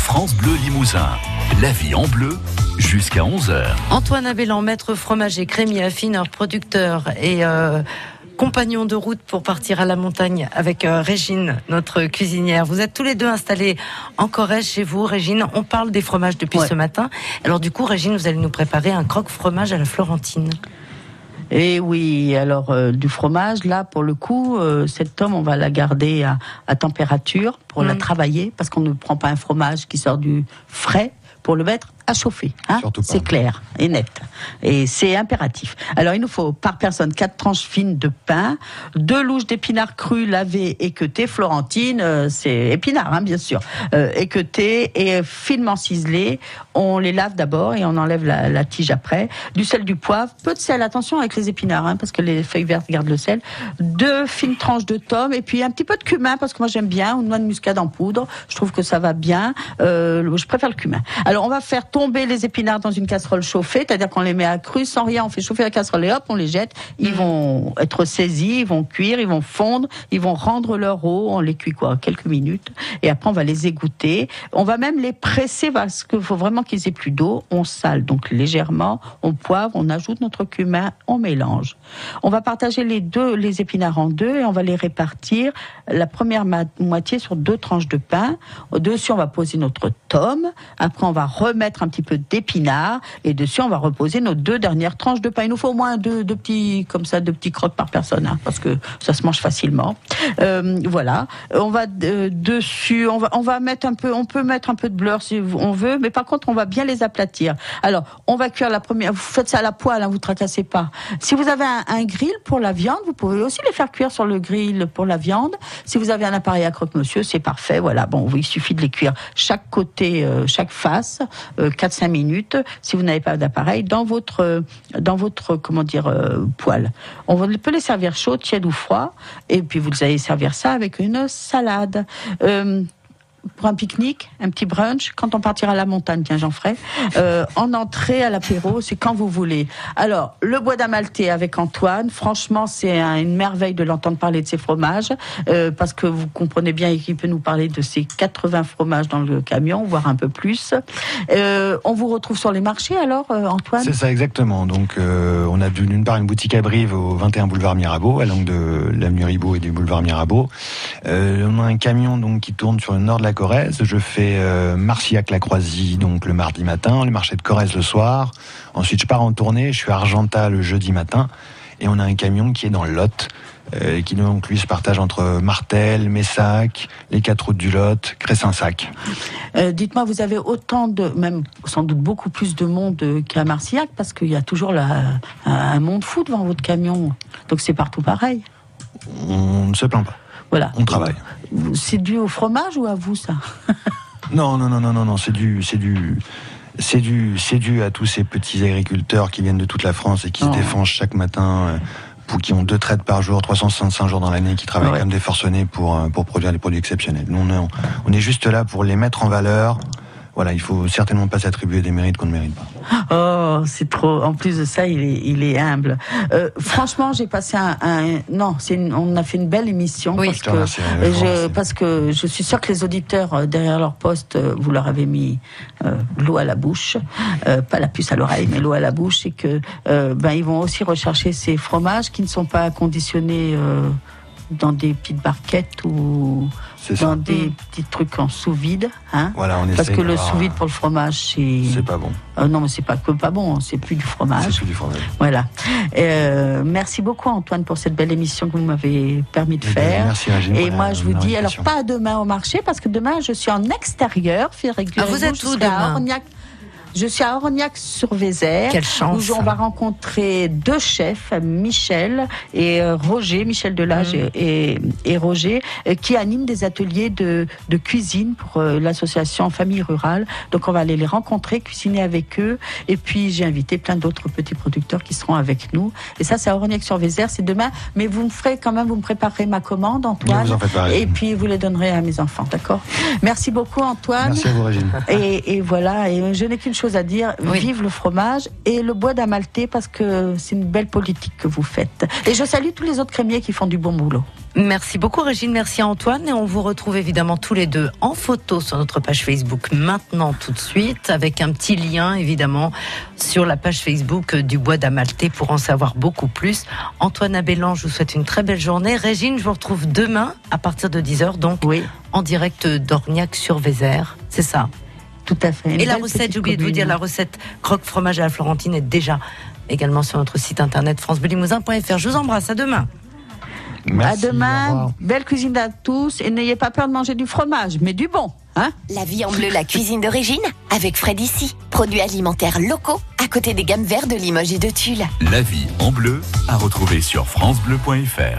France Bleu Limousin. La vie en bleu jusqu'à 11h. Antoine Abellan, maître fromager, crémier, affineur, producteur et compagnon de route pour partir à la montagne avec Régine, notre cuisinière. Vous êtes tous les deux installés en Corrèze chez vous. Régine, on parle des fromages depuis ce matin. Alors du coup, Régine, vous allez nous préparer un croque-fromage à la Florentine. Et oui, alors du fromage, là, pour le coup, cette tome, on va la garder à température pour la travailler, parce qu'on ne prend pas un fromage qui sort du frais pour le mettre à chauffer, hein. C'est clair et net. Et c'est impératif. Alors, il nous faut, par personne, 4 tranches fines de pain, 2 louches d'épinards crus, lavés, équeutés. Florentine, c'est épinards, hein, bien sûr. Équeutés et finement ciselés. On les lave d'abord et on enlève la tige après. Du sel, du poivre, peu de sel. Attention avec les épinards, hein, parce que les feuilles vertes gardent le sel. 2 fines tranches de tomes et puis un petit peu de cumin, parce que moi j'aime bien, ou noix de muscade en poudre. Je trouve que ça va bien. Je préfère le cumin. Alors, on va faire tomber les épinards dans une casserole chauffée, c'est-à-dire qu'on les met à cru, sans rien, on fait chauffer la casserole et hop, on les jette. Ils vont être saisis, ils vont cuire, ils vont fondre, ils vont rendre leur eau, on les cuit quelques minutes, et après on va les égoutter. On va même les presser parce qu'il faut vraiment qu'ils aient plus d'eau. On sale donc légèrement, on poivre, on ajoute notre cumin, on mélange. On va partager les épinards en deux et on va les répartir la première moitié sur 2 tranches de pain. Dessus, on va poser notre tome. Après, on va remettre un petit peu d'épinards et dessus, on va reposer nos 2 dernières tranches de pain. Il nous faut au moins deux petits crocs par personne, hein, parce que ça se mange facilement. Voilà. On va dessus, on va mettre un peu, on peut mettre un peu de beurre si on veut, mais par contre, on va bien les aplatir. Alors, on va cuire la première. Vous faites ça à la poêle, hein, vous tracassez pas. Si vous avez un grill pour la viande, vous pouvez aussi les faire cuire sur le grill pour la viande. Si vous avez un appareil à croque-monsieur, c'est parfait. Voilà. Bon, il suffit de les cuire chaque côté, chaque face, 4-5 minutes. Si vous n'avez pas d'appareil, dans votre poêle. On peut les servir chauds, tièdes ou froids. Et puis vous allez servir ça avec une salade. Pour un pique-nique, un petit brunch, quand on partira à la montagne, tiens, j'en ferai. En entrée, à l'apéro, c'est quand vous voulez. Alors, le bois d'Amalté avec Antoine, franchement, c'est une merveille de l'entendre parler de ces fromages, parce que vous comprenez bien qu'il peut nous parler de ces 80 fromages dans le camion, voire un peu plus. On vous retrouve sur les marchés, alors, Antoine ? C'est ça, exactement. Donc, on a d'une part une boutique à Brive au 21 boulevard Mirabeau, à l'angle de l'avenue Ribot et du boulevard Mirabeau. On a un camion donc qui tourne sur le nord de la Corrèze. Je fais Marcillac-la-Croisie donc le mardi matin, le marché de Corrèze le soir. Ensuite, je pars en tournée, je suis à Argentat le jeudi matin. Et on a un camion qui est dans le Lot, qui donc lui se partage entre Martel, Messac, les 4 routes du Lot, Cressensac. Dites-moi, vous avez autant même sans doute beaucoup plus de monde qu'à Marcillac, parce qu'il y a toujours un monde fou devant votre camion. Donc c'est partout pareil. On ne se plaint pas. Voilà. On travaille. C'est dû au fromage ou à vous, ça ? Non, c'est dû à tous ces petits agriculteurs qui viennent de toute la France et qui se défendent chaque matin, qui ont 2 traites par jour, 365 jours dans l'année, qui travaillent comme des forcenés pour produire des produits exceptionnels. Nous, on est juste là pour les mettre en valeur. Voilà, il faut certainement pas s'attribuer des mérites qu'on ne mérite pas. Oh, c'est trop. En plus de ça, il est humble. Franchement, j'ai passé on a fait une belle émission. Oui, parce que je suis sûre que les auditeurs derrière leur poste, vous leur avez mis l'eau à la bouche, pas la puce à l'oreille, mais l'eau à la bouche, et que ils vont aussi rechercher ces fromages qui ne sont pas conditionnés dans des petites barquettes ou dans des petits trucs en sous-vide, hein. Voilà, parce que le sous-vide pour le fromage, c'est pas bon. Non, mais c'est pas bon, c'est plus du fromage. C'est plus du fromage. Voilà. Merci beaucoup, Antoine, pour cette belle émission que vous m'avez permis de faire. Merci, Régine. Et moi, je vous dis, alors pas demain au marché, parce que demain, je suis en extérieur. Vous êtes où demain ? Je suis à Orniac-sur-Vézère. Quelle chance. Où on va rencontrer 2 chefs, Michel et Roger, Michel Delage et Roger, qui animent des ateliers de cuisine pour l'association Famille Rurale. Donc on va aller les rencontrer, cuisiner avec eux. Et puis j'ai invité plein d'autres petits producteurs qui seront avec nous. Et ça, c'est à Orniac-sur-Vézère, c'est demain. Mais vous me préparerez ma commande, Antoine. Ne vous en faites pas, et puis vous les donnerez à mes enfants, d'accord ? Merci beaucoup, Antoine. Merci à vous, Régine. Et voilà, et je n'ai qu'une chose à dire. Oui. Vive le fromage et le bois d'Amalté, parce que c'est une belle politique que vous faites. Et je salue tous les autres crémiers qui font du bon boulot. Merci beaucoup Régine, merci Antoine, et on vous retrouve évidemment tous les deux en photo sur notre page Facebook maintenant tout de suite, avec un petit lien évidemment sur la page Facebook du Bois d'Amalté pour en savoir beaucoup plus. Antoine Abellan, je vous souhaite une très belle journée. Régine, je vous retrouve demain à partir de 10h, donc Oui, en direct d'Orniac-sur-Vézère, c'est ça. tout à fait. Une Et la belle recette, petite j'ai oublié de vous dire, commune. la recette croque fromage à la Florentine est déjà également sur notre site internet francebleulimousin.fr. Je vous embrasse, à demain. Merci, À au demain, revoir. belle cuisine à tous, et n'ayez pas peur de manger du fromage, mais du bon, hein. La vie en bleu, la cuisine de Régine, avec Fred ici. Produits alimentaires locaux, à côté des gammes verts de Limoges et de Tulle. La vie en bleu, à retrouver sur francebleu.fr.